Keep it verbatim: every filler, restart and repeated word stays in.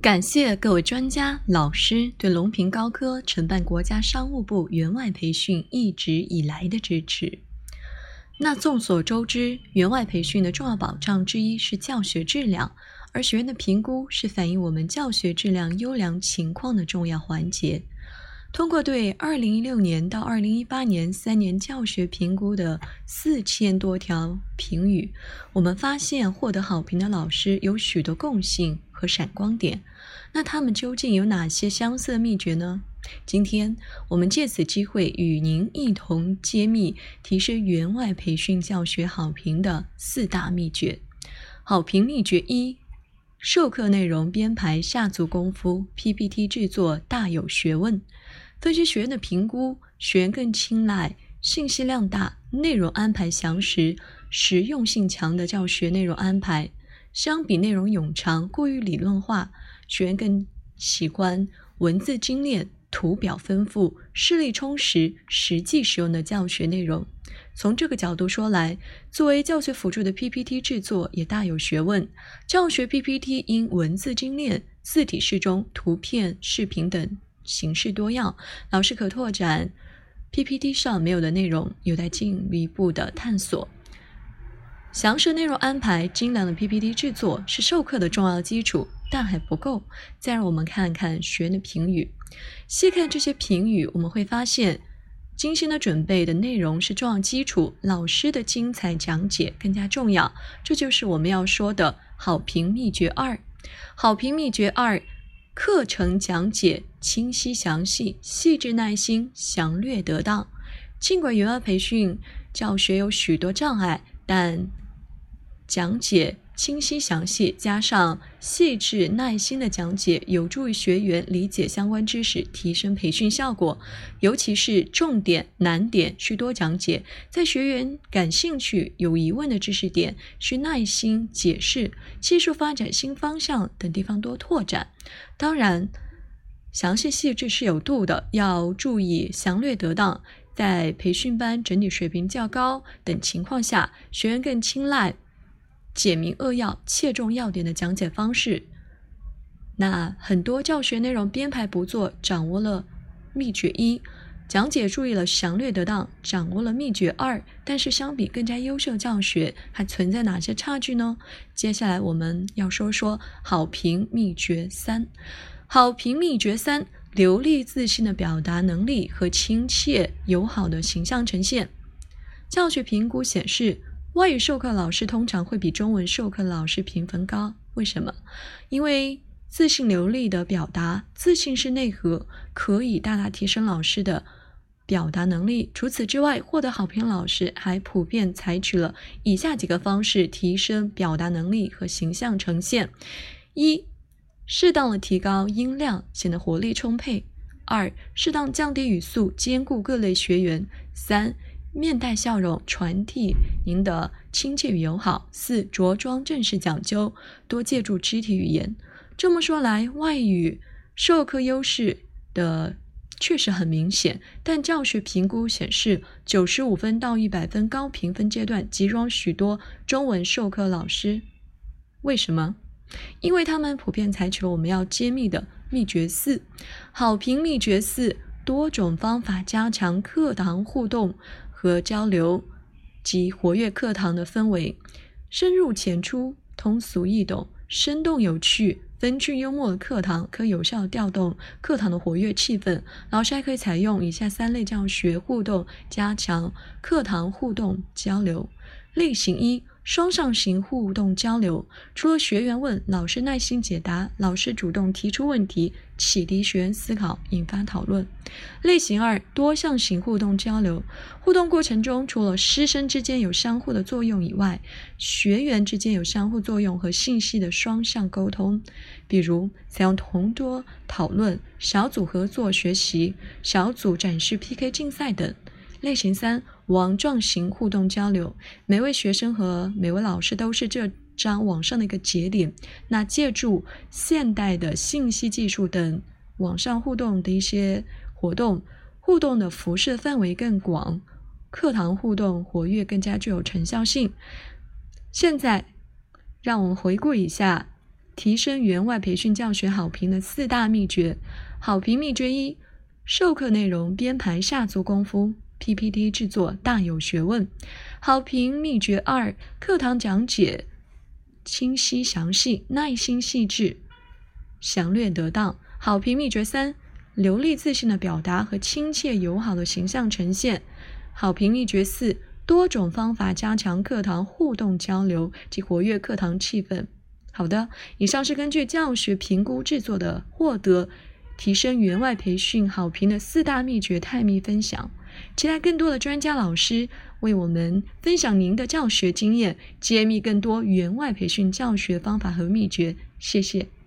感谢各位专家、老师对隆平高科承办国家商务部援外培训一直以来的支持。那众所周知，援外培训的重要保障之一是教学质量，而学员的评估是反映我们教学质量优良情况的重要环节。通过对二零一六年到二零一八年三年教学评估的四千多条评语，我们发现获得好评的老师有许多共性和闪光点。那他们究竟有哪些相似的秘诀呢？今天我们借此机会与您一同揭秘提升援外培训教学好评的四大秘诀。好评秘诀一：授课内容编排下足功夫， P P T 制作大有学问。分析学员的评估，学员更青睐信息量大、内容安排详实、实用性强的教学内容安排。相比内容冗长、过于理论化，学员更喜欢文字精炼、图表丰富、事例充实、实际使用的教学内容。从这个角度说来，作为教学辅助的 P P T 制作也大有学问。教学 P P T 因文字精炼、字体适中、图片、视频等形式多样，老师可拓展 P P T 上没有的内容，有待进一步的探索。详实内容安排、精良的 P P T 制作是授课的重要基础，但还不够。再让我们看看学员的评语。细看这些评语，我们会发现精心的准备的内容是重要基础，老师的精彩讲解更加重要。这就是我们要说的好评秘诀二。好评秘诀二：课程讲解清晰详细、细致耐心、详略得当。尽管援外培训教学有许多障碍，但讲解清晰详细加上细致耐心的讲解，有助于学员理解相关知识，提升培训效果。尤其是重点、难点需多讲解，在学员感兴趣、有疑问的知识点需耐心解释，技术发展新方向等地方多拓展。当然，详细细致是有度的，要注意详略得当。在培训班整体水平较高等情况下，学员更青睐简明扼要、切中要点的讲解方式。那很多教学内容编排不做，掌握了秘诀一，讲解注意了详略得当，掌握了秘诀二，但是相比更加优秀教学，还存在哪些差距呢？接下来我们要说说好评秘诀三。好评秘诀三：流利自信的表达能力和亲切友好的形象呈现。教学评估显示，外语授课老师通常会比中文授课老师评分高。为什么？因为自信流利的表达，自信是内核，可以大大提升老师的表达能力。除此之外，获得好评老师还普遍采取了以下几个方式提升表达能力和形象呈现：一、适当的提高音量，显得活力充沛；二、适当降低语速，兼顾各类学员；三、面带笑容，传递您的亲切与友好；四、着装正式讲究，多借助肢体语言。这么说来，外语授课优势的确实很明显，但教学评估显示，九十五分到一百分高评分阶段集中许多中文授课老师。为什么？因为他们普遍采取了我们要揭秘的秘诀四。好评秘诀四：多种方法加强课堂互动和交流及活跃课堂的氛围，深入浅出、通俗易懂、生动有趣、风趣幽默的课堂可有效调动课堂的活跃气氛。老师还可以采用以下三类教学互动，加强课堂互动交流。类型一：双向型互动交流，除了学员问，老师耐心解答，老师主动提出问题，启迪学员思考，引发讨论。类型二：多项型互动交流，互动过程中除了师生之间有相互的作用以外，学员之间有相互作用和信息的双向沟通，比如采用同桌讨论、小组合作学习、小组展示 P K 竞赛等。类型三：网状型互动交流，每位学生和每位老师都是这张网上的一个节点，那借助现代的信息技术等网上互动的一些活动，互动的辐射范围更广，课堂互动活跃更加具有成效性。现在让我们回顾一下提升员外培训教学好评的四大秘诀。好评秘诀一：授课内容编排下足功夫， P P T 制作大有学问。好评秘诀二：课堂讲解清晰详细，耐心细致，详略得当。好评秘诀三：流利自信的表达和亲切友好的形象呈现。好评秘诀四：多种方法加强课堂互动交流及活跃课堂气氛。好的，以上是根据教学评估制作的获得提升员外培训好评的四大秘诀探秘分享，期待更多的专家老师为我们分享您的教学经验，揭秘更多员外培训教学方法和秘诀。谢谢。